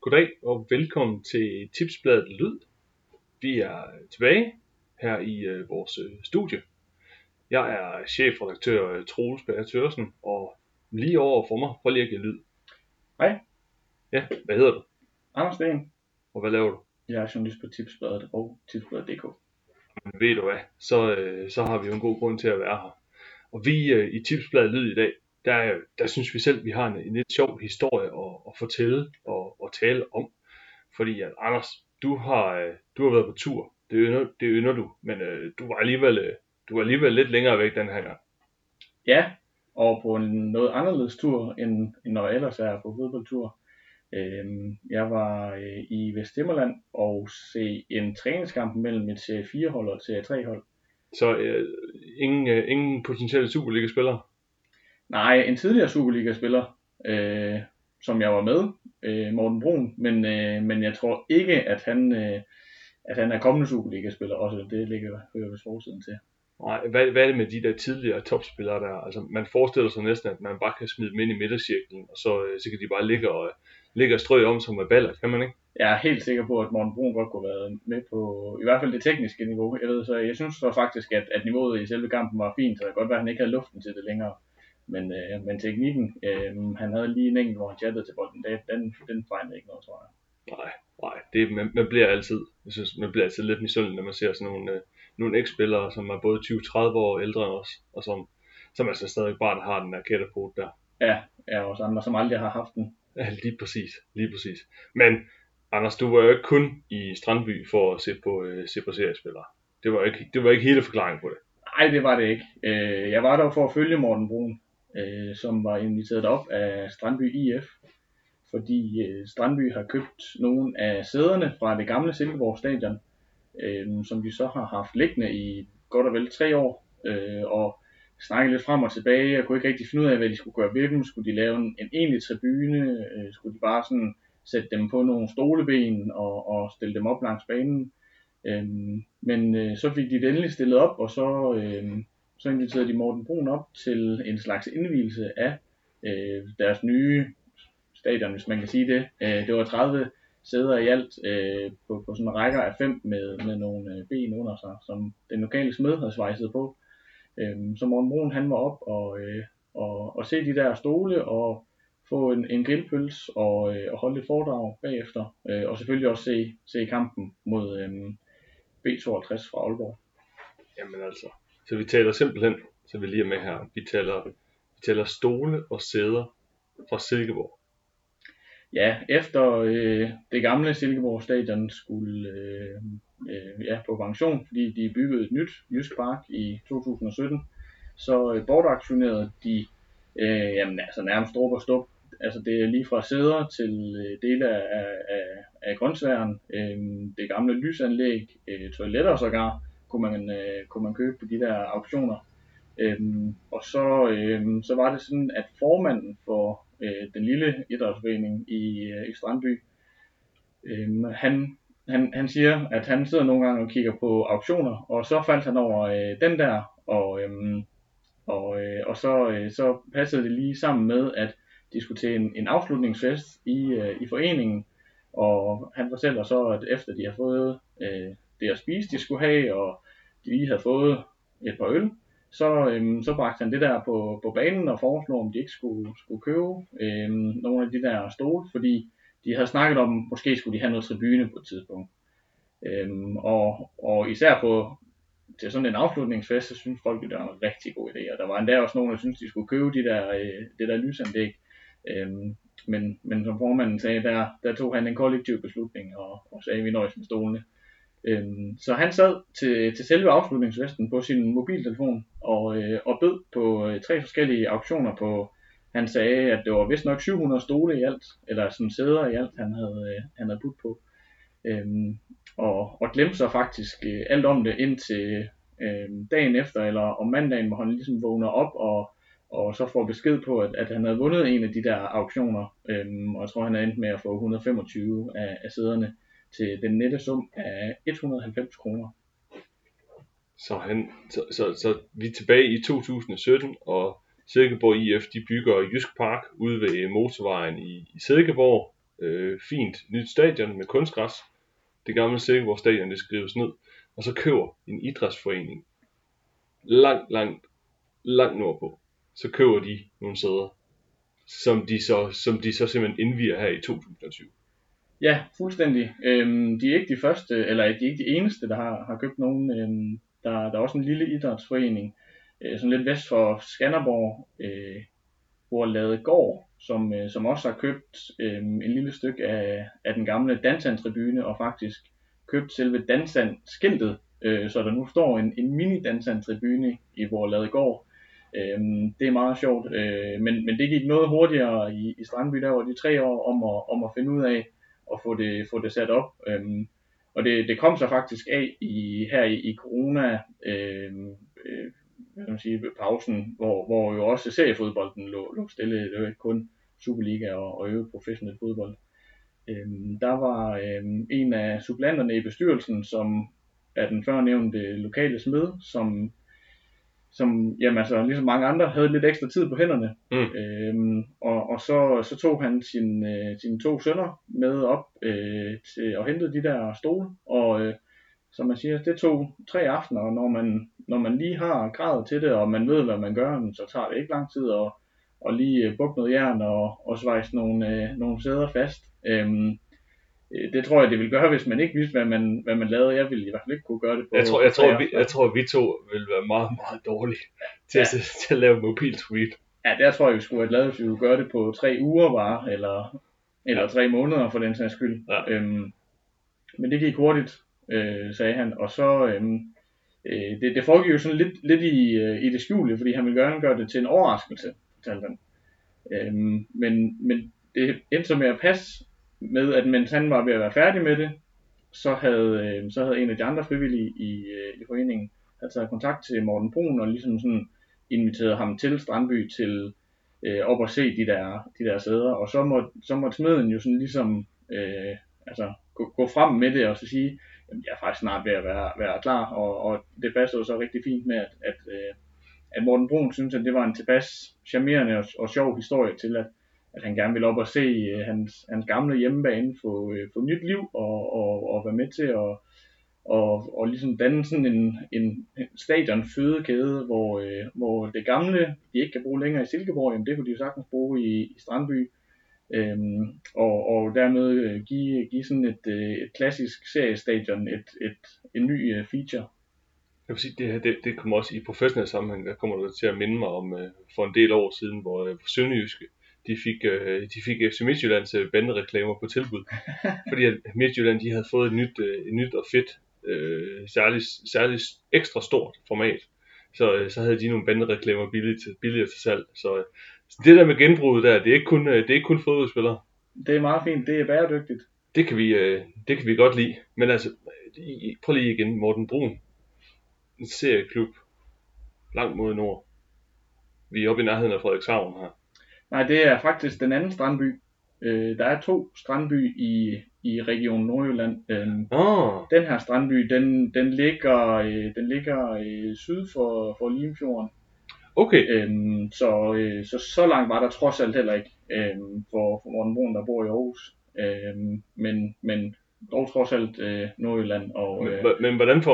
Goddag og velkommen til Tipsbladet Lyd. Vi er tilbage her i vores studie. Jeg er chefredaktør Troels Bager Thøgersen, og lige over for mig, prøv lige at give lyd. Hej. Ja, hvad hedder du? Anders Sten. Og hvad laver du? Jeg er journalist på Tipsbladet og Tipsbladet.dk. Men ved du hvad, så har vi jo en god grund til at være her. Og vi i Tipsbladet Lyd i dag, der synes vi selv, vi har en lidt sjov historie at fortælle og tale om. Fordi at Anders, du har været på tur. Det ynder du, men du var alligevel lidt længere væk den her gang. Ja, og på en noget anderledes tur, end når jeg ellers er på fodboldtur. Jeg var i Vesthimmerland og se en træningskamp mellem et serie 4 hold og et serie 3 hold. Så ingen potentielle Superliga-spillere? Nej, en tidligere Superliga-spiller, som jeg var med, Morten Brun, men jeg tror ikke, at han er kommende Superliga-spiller også. Det hører ved forsiden til. Nej, hvad er det med de der tidligere topspillere der? Altså, man forestiller sig næsten, at man bare kan smide dem ind i midtercirklen, og så kan de bare ligge og strø om som med baller, kan man ikke? Jeg er helt sikker på, at Morten Brun godt kunne have været med på i hvert fald det tekniske niveau. Jeg synes så faktisk, at niveauet i selve kampen var fint, så det kan godt være, at han ikke havde luften til det længere. Men teknikken, han havde lige en enkelt, hvor han chattede til bolden, den fejlede ikke noget, tror jeg. Nej, man bliver altid lidt misundelig, når man ser sådan nogle eks-spillere, som er både 20-30 år ældre end os, og som altså stadig bare har den der kætterpot der. Ja, også andre, som aldrig har haft den. Ja, lige præcis. Men Anders, du var jo ikke kun i Strandby for at se på seriespillere. Det var ikke hele forklaringen på det. Nej, det var det ikke. Jeg var der for at følge Morten Brun, som var inviteret op af Strandby IF, fordi Strandby har købt nogle af sæderne fra det gamle Silkeborg stadion, som de så har haft liggende i godt og vel 3 år, og snakkede lidt frem og tilbage. Jeg kunne ikke rigtig finde ud af, hvad de skulle gøre ved dem. Skulle de lave en egentlig tribune? Skulle de bare sådan sætte dem på nogle stoleben og stille dem op langs banen? Men så fik de det endelig stillet op, og så inviterede de Morten Brun op til en slags indvielse af deres nye stadion, hvis man kan sige det. Det var 30 sæder i alt på sådan rækker af 5 med nogle ben under sig, som den lokale smed havde svejset på. Så Morten Brun han var op og se de der stole og få en grillpøls og holde et foredrag bagefter, og selvfølgelig også se kampen mod B52 fra Aalborg. Jamen altså, så vi taler simpelthen, så vi lige er med her, vi taler stole og sæder fra Silkeborg. Ja, efter det gamle Silkeborg stadion skulle på pension, fordi de byggede et nyt Jysk Park i 2017, så bortaktionerede de nærmest drop og stup. Altså det er lige fra sæder til dele af grøntsværen, det gamle lysanlæg, toiletter sågar, kunne man købe på de der auktioner. Og så var det sådan, at formanden for den lille idrætsforening i Strandby, han siger, at han sidder nogle gange og kigger på auktioner, og så faldt han over den der, og så passede det lige sammen med, at de skulle til en afslutningsfest i foreningen, og han fortæller så, at efter de har fået det at spise, de skulle have, og de lige havde fået et par øl, så bragte han det der på banen og foreslog, om de ikke skulle købe nogle af de der stole, fordi de havde snakket om, måske skulle de have noget tribune på et tidspunkt. Og især til sådan en afslutningsfest, så synes folk, det var en rigtig god idé. Og der var endda også nogen, der synes, de skulle købe det der lysanlæg. Men som formanden sagde, der tog han en kollektiv beslutning og sagde, at vi nøjes med stolene. Så han sad til selve afslutningsfesten på sin mobiltelefon og bød på 3 forskellige auktioner på. Han sagde, at det var vist nok 700 stole i alt, eller sådan sæder i alt, han havde budt på. Og glemte så faktisk alt om det indtil dagen efter, eller om mandagen, hvor han ligesom vågner op og så får besked på, at han havde vundet en af de der auktioner. Og jeg tror, han er endt med at få 125 af sæderne til den nette sum af 190 kroner. Så vi er tilbage i 2017, og Silkeborg IF de bygger Jysk Park ude ved motorvejen i Silkeborg. fint nyt stadion med kunstgræs. Det gamle Silkeborg stadion, det skrives ned. Og så køber en idrætsforening langt nordpå. Så køber de nogle sæder, som de så simpelthen indviger her i 2020. Ja, fuldstændig. De er ikke de første, eller de er ikke de eneste, der har købt nogen. Der er også en lille idrætsforening, sådan lidt vest for Skanderborg, hvor Ladegård, som også har købt en lille stykke af den gamle Dansan-tribune, og faktisk købt selve Dansan-skiltet, så der nu står en mini Dansan-tribune i hvor Ladegård. Det er meget sjovt, men det gik noget hurtigere i Strandby, der var de 3 år om at finde ud af og få det sat op. Og det kom så faktisk af her i corona hvad kan man sige, pausen, hvor jo også seriefodbolden lå stille. Det var ikke kun Superliga og øvrigt professionel fodbold. Der var en af supplanterne i bestyrelsen, som er den førnævnte lokale smed, som jamen altså, ligesom mange andre havde lidt ekstra tid på hænderne. Og så tog han sine 2 sønner med op til og hentede de der stole, og som man siger, det tog 3 aftener, og når man lige har gradet til det, og man ved, hvad man gør, så tager det ikke lang tid at lige bukke noget jern og svejse nogle sæder fast. Det tror jeg, det ville gøre, hvis man ikke vidste, hvad man lavede. Jeg ville i hvert fald ikke kunne gøre det på. Jeg tror, vi to ville være meget, meget dårlige til at lave mobil tweet. Ja, der tror jeg, vi skulle have lavet, hvis vi kunne gøre det på 3 uger bare, eller 3 måneder for den sags skyld. Ja. Men det gik hurtigt, sagde han. Og så det foregik jo sådan lidt i det skjulte, fordi han ville gerne gøre det til en overraskelse, fortalte han. Men det endte så med at passe med, at mens han var ved at være færdig med det, så havde en af de andre frivillige i foreningen havde taget kontakt til Morten Brun og ligesom sådan inviteret ham til Strandby til op og se de der sæder, og så måtte smeden jo sådan ligesom altså gå frem med det og så sige, jamen jeg er faktisk snart ved at være klar, og det passede så rigtig fint med at Morten Brun synes, at det var en tilpas charmerende og sjov historie til at han gerne ville op og se hans gamle hjemmebane få nyt liv og være med til og ligesom danne sådan en stadion fødekæde, hvor det gamle, de ikke kan bruge længere i Silkeborg, jamen det kunne de jo sagtens bruge i Strandby, og dermed give sådan et klassisk seriestadion en ny feature. Jeg vil sige, det kommer også i professionel sammenhæng, der kommer det til at minde mig om for en del år siden, hvor Sønderjyske de fik FC Midtjyllands bandereklamer på tilbud, fordi at Midtjylland de havde fået et nyt og fedt, særligt ekstra stort format, så havde de nogle bandereklamer billigere til salg. Så det der med genbruget der, det er ikke kun fodboldspillere. Det er meget fint, det er bæredygtigt. Det kan vi godt lide, men altså prøv lige igen, Morten Brun, en serieklub langt mod nord. Vi er oppe i nærheden af Frederikshavn her. Nej, det er faktisk den anden Strandby. Der er 2 Strandby i Region Nordjylland. Den her Strandby, den ligger syd for Limfjorden. Okay. Så langt var der trods alt heller ikke for Morten Brun, der bor i Aarhus. Men dog trods alt Nordjylland. Men hvordan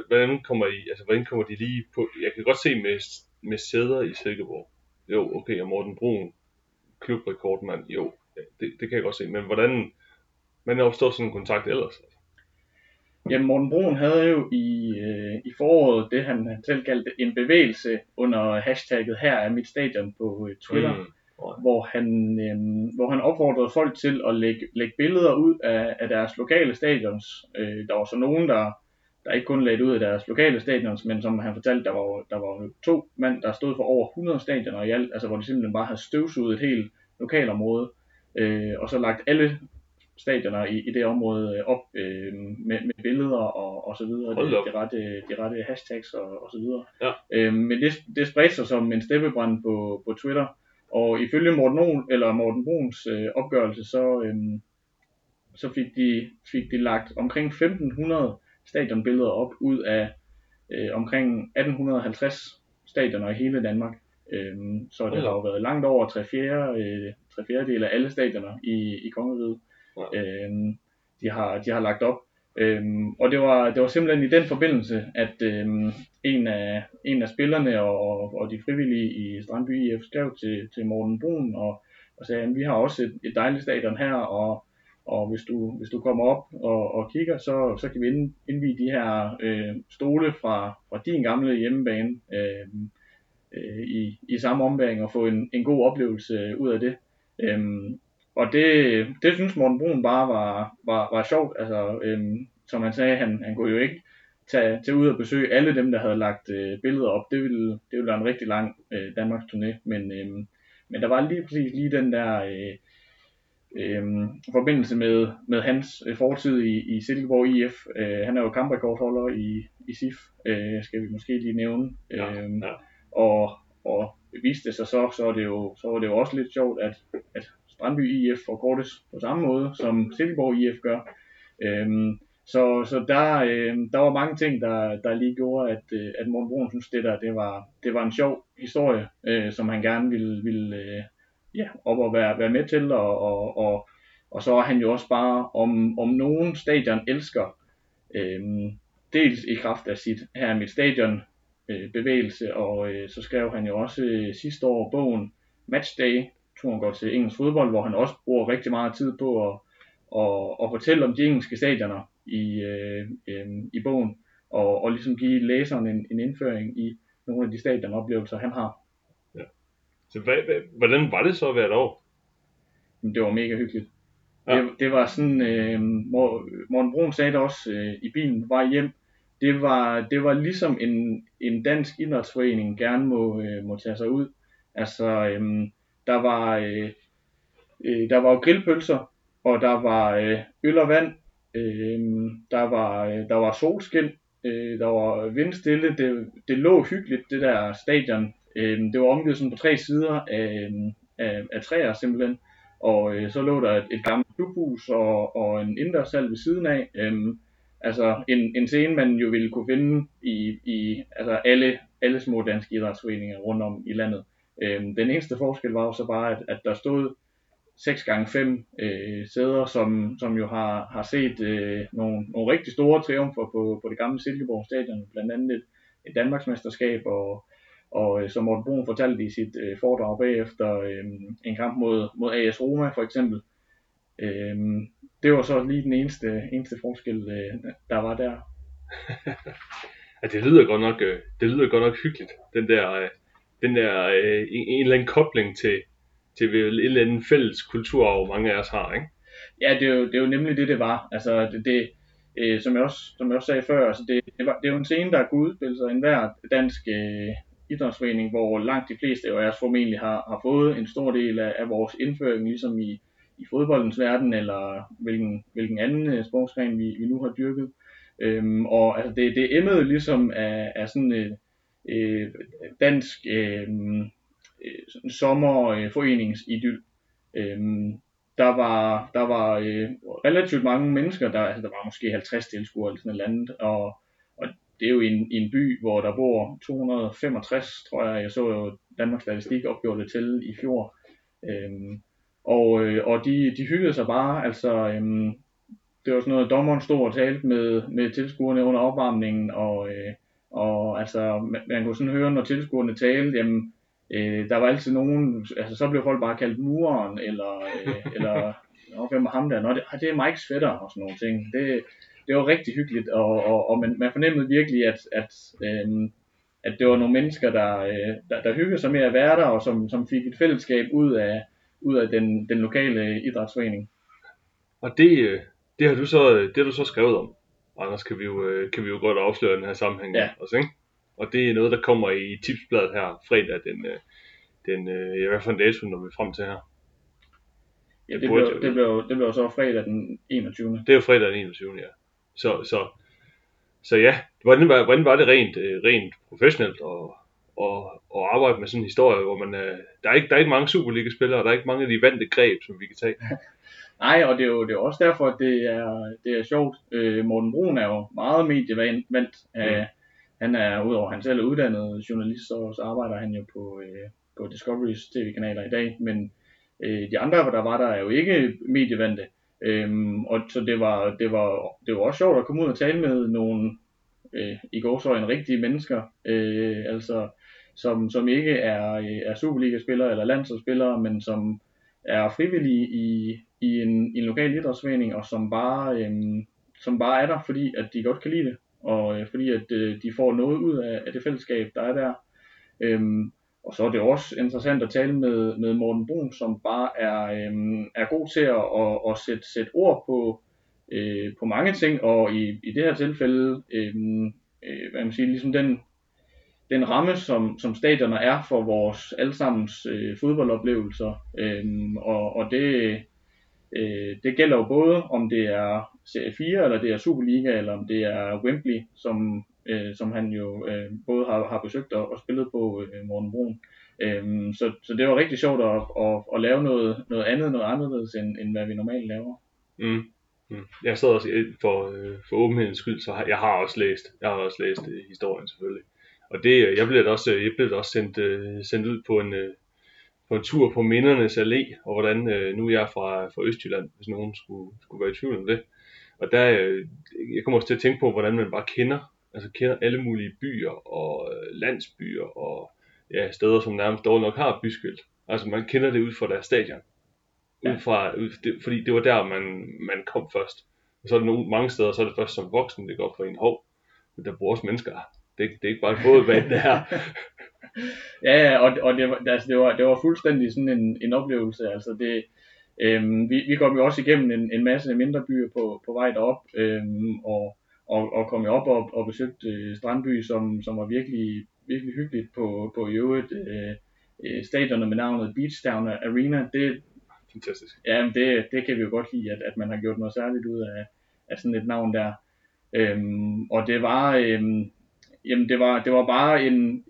kommer de lige på? Jeg kan godt se med sæder i Silkeborg. Jo, okay, og Morten Brun, klubrekordmand, jo, det kan jeg godt se. Men hvordan opstår sådan en kontakt ellers? Jamen Morten Brun havde jo i foråret det, han selv kaldte en bevægelse under hashtagget her er mit stadion på Twitter, hvor han opfordrede folk til at lægge billeder ud af deres lokale stadions. Der var så nogen, der ikke kun lagde ud af deres lokale stadions, men som han fortalte, der var 2 mand, der stod for over 100 stadioner i alt, altså hvor de simpelthen bare havde støvsuget et helt lokalområde, og så lagt alle stadioner i det område op med billeder og så videre, de rette hashtags og så videre. Ja. Men det spredte sig som en steppebrand på Twitter, og ifølge Morten Bruns opgørelse, så fik de lagt omkring 1500 stadionbilleder op ud af omkring 1850 stadioner i hele Danmark. Så det har jo været langt over 3/4 af alle stadioner i kongeriget. de har lagt op. Og det var simpelthen i den forbindelse, at en af spillerne og de frivillige i Strandby IF skrev til Morten Brun og sagde, at vi har også et dejligt stadion her, og hvis du kommer op og kigger, så kan vi indvie de her stole fra din gamle hjemmebane i samme ombæring og få en god oplevelse ud af det. Og det synes Morten Brun bare var sjovt. Altså, som han sagde, han kunne jo ikke tage ud og besøge alle dem, der havde lagt billeder op. Det ville være en rigtig lang Danmarks turné. Men der var lige den der forbindelse med hans fortid i Silkeborg IF. Han er jo kamprekordholder i SIF, skal vi måske lige nævne. Og viste det sig så var det jo også lidt sjovt, at Strandby IF forkortes på samme måde, som Silkeborg IF gør. Så der var mange ting, der lige gjorde, at Morten Brun synes, det var en sjov historie, som han gerne ville op og være med til, og så er han jo også bare om nogen stadion elsker, dels i kraft af sit her er mit stadion bevægelse, og så skrev han jo også sidste år bogen Matchday, turen går til engelsk fodbold, hvor han også bruger rigtig meget tid på at fortælle om de engelske stadioner i bogen, og ligesom give læseren en indføring i nogle af de stadionoplevelser, han har. Ja. Så hvordan var det så at være derovre? Det var mega hyggeligt. Ja. Det var sådan, Morten Brun sagde det også i bilen på vej hjem, det var ligesom en dansk idrætsforening gerne må tage sig ud. Altså, der var jo grillpølser, og der var øl og vand, der var solskin, der var vindstille, det lå hyggeligt, det der stadion. Det var omgivet sådan på 3 sider af træer simpelthen, og så lå der et gammelt klubhus og en indendørshal ved siden af. Altså en scene, man jo ville kunne finde i altså alle små danske idrætsforeninger rundt om i landet. Den eneste forskel var jo så bare, at der stod 6x5 sæder, som jo har set nogle rigtig store triumfer på det gamle Silkeborg stadion, blandt andet et Danmarksmesterskab, og som Morten Brun fortalte i sit foredrag bagefter, en kamp mod AS Roma for eksempel. Det var så lige den eneste forskel, der var der. Ja, det lyder godt nok hyggeligt. Den der en eller anden kobling til en eller anden fælles kulturarv, mange af os har, ikke? Ja, det er jo nemlig det var. Altså som jeg også sagde før, altså det er jo en scene, der kunne udspille sig enhver dansk idrætsforening, hvor langt de fleste af os formentlig har fået en stor del af vores indføring, ligesom i fodboldens verden, eller hvilken anden sportsgren vi nu har dyrket. Og altså det emmede ligesom af sådan dansk sommerforeningsidyl. Der var relativt mange mennesker, der var måske 50 tilskuere eller sådan et eller andet, og det er jo i en by, hvor der bor 265, tror jeg så jo Danmarks Statistik opgjorde det til i fjor. Og de hyggede sig bare, altså det var sådan noget, dommeren stod og talte med tilskuerne under opvarmningen, og altså man kunne sådan høre, når tilskuerne talte, jamen der var altid nogen, altså så blev folk bare kaldt mureren, eller hvem er ham der? Nå, det er Mikes fætter og sådan nogle ting. Det var rigtig hyggeligt, og man fornemmede virkelig, at det var nogle mennesker, der hyggede sig med at være der, og som fik et fællesskab ud af den lokale idrætsforening. Og det har du så skrevet om. Anders, kan vi jo godt afsløre den her sammenhæng også, ikke? Og det er noget, der kommer i Tipsbladet her fredag den i hvert fald en dato, når vi er frem til her. Ja, det blev så fredag den 21. Det er jo fredag den 21. Ja. Så ja, hvordan var det rent professionelt at arbejde med sådan en historie, hvor man der er ikke mange Superliga-spillere, og der er ikke mange af de vante greb, som vi kan tage. Nej, og det er jo også derfor, at det er sjovt. Morten Brun er jo meget medievandt. Han er, udover han selv er uddannet journalist, så arbejder han jo på Discoverys tv-kanaler i dag, men de andre, der var der, er jo ikke medievante. Og så det var også sjovt at komme ud og tale med nogle i gåseøjne rigtige mennesker, altså som ikke er Superliga-spillere eller landsholdsspillere, men som er frivillige i en lokal idrætsforening, og som bare er der, fordi at de godt kan lide det, og fordi at de får noget ud af det fællesskab, der er der. Og så er det også interessant at tale med Morten Brun, som bare er god til at sætte ord på mange ting, og i det her tilfælde, hvad man siger, ligesom den ramme, som stadioner er for vores allesammens fodboldoplevelser, og det gælder jo både, om det er Serie 4, eller det er Superliga, eller om det er Wembley, som han jo både har besøgt og spillet på, Morten Brun. Så det var rigtig sjovt at lave noget andet, noget anderledes, end hvad vi normalt laver. Jeg sad også for åbenhedens skyld, så jeg har også læst historien selvfølgelig. Og det, jeg blev da også sendt ud på en tur på Mindernes Allé, og hvordan nu er jeg fra Østjylland, hvis nogen skulle være i tvivl om det. Og der, jeg kommer også til at tænke på, hvordan man bare kender alle mulige byer og landsbyer og steder, som nærmest dårligt nok har byskilt. Altså man kender det ud fra deres stadion. Fordi det var der, man kom først. Og så er der mange steder, så er det først som voksen, det går for en hov. Men der bor også mennesker her. Det er ikke bare et bådvand, det her. Ja, og det var fuldstændig sådan en oplevelse. Altså det, vi kom jo også igennem en masse mindre byer på vej derop, og kom jo op og besøgte Strandby, som var virkelig, virkelig hyggeligt på i øvrigt stadionet med navnet Beach Town Arena. Det fantastisk. Ja, det kan vi jo godt lide, at man har gjort noget særligt ud af sådan et navn der. Og det var det var bare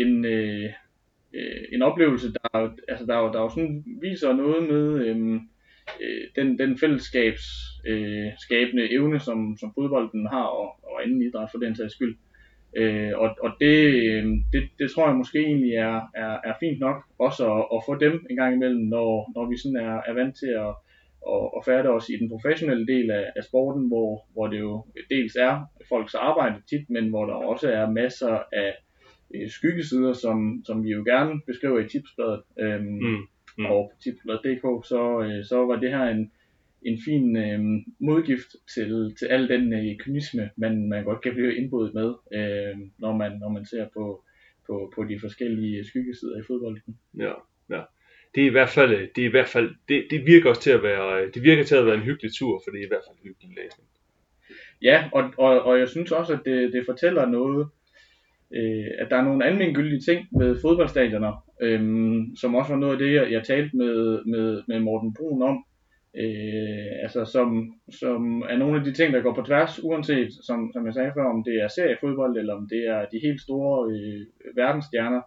en oplevelse, der jo sådan viser noget med den fællesskabs skabende evne, som fodbolden har, og anden idræt for den sags skyld. Og det tror jeg måske egentlig er fint nok også at få dem en gang imellem, når vi sådan er vant til at færde os i den professionelle del af sporten, hvor det jo dels er folks arbejde tit, men hvor der også er masser af skyggesider, som vi jo gerne beskriver i Tipsbladet og på tipsbladet.dk, så var det her en fin modgift til al den kynisme, man godt kan blive indbudt med, når man ser på de forskellige skyggesider i fodbolden. Ja. Det er i hvert fald det virker også til at være en hyggelig tur, for det er i hvert fald en hyggelig læsning. Ja, og jeg synes også, at det fortæller noget, at der er nogle almengyldige ting ved fodboldstadioner, som også var noget af det, jeg talte med Morten Brun om. Altså som er nogle af de ting, der går på tværs, uanset som jeg sagde før, om det er seriefodbold eller om det er de helt store verdensstjerner.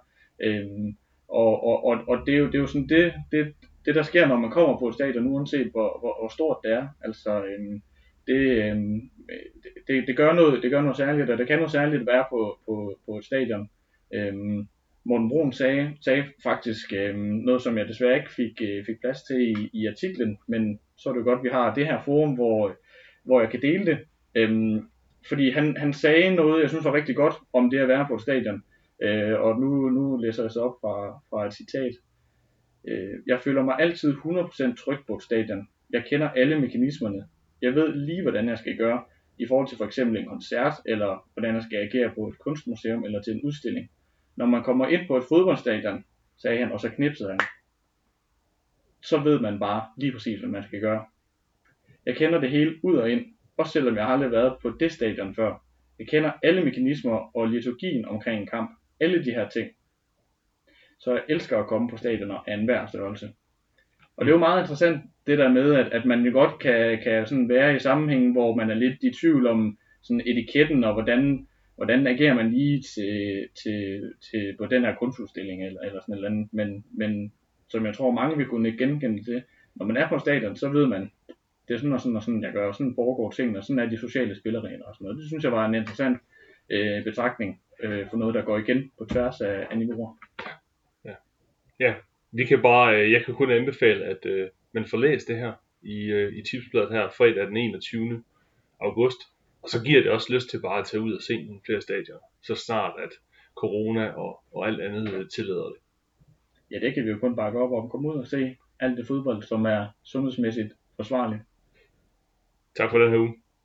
Og det er jo sådan det der sker, når man kommer på et stadion, uanset hvor stort det er. Altså det gør noget særligt, og det kan noget særligt være på et stadion. Morten Brun sagde faktisk noget, som jeg desværre ikke fik plads til i artiklen, men så er det godt, at vi har det her forum, hvor jeg kan dele det. Fordi han sagde noget, jeg synes var rigtig godt om det at være på et stadion. Og nu læser jeg så op fra et citat. Jeg føler mig altid 100% tryg på et stadion. Jeg kender alle mekanismerne. Jeg ved lige, hvordan jeg skal gøre i forhold til for eksempel en koncert, eller hvordan jeg skal agere på et kunstmuseum eller til en udstilling. Når man kommer ind på et fodboldstadion, sagde han, og så knipsede han, så ved man bare lige præcis, hvad man skal gøre. Jeg kender det hele ud og ind, også selvom jeg aldrig har været på det stadion før. Jeg kender alle mekanismer og liturgien omkring en kamp. Alle de her ting. Så jeg elsker at komme på stadioner af enhver størrelse. Og det er jo meget interessant, det der med, at man jo godt kan sådan være i sammenhæng, hvor man er lidt i tvivl om sådan etiketten, og hvordan agerer man lige til på den her kunstudstilling, eller sådan et eller andet. Men som jeg tror, mange vil kunne genkende til, når man er på stadion, så ved man, det er sådan og sådan, jeg gør, og sådan foregår tingene, og sådan er de sociale spilleregler og sådan noget. Det synes jeg var en interessant betragtning for noget, der går igen på tværs af niveauer. Ja, jeg kan kun anbefale, at man får læst det her. i Tipsbladet her fredag den 21. august. Og så giver det også lyst til bare at tage ud og se nogle flere stadioner, så snart at corona og alt andet tillader det. Ja, det kan vi jo kun bakke op om. Kom ud og se alt det fodbold, som er sundhedsmæssigt forsvarligt. Tak for den her uge.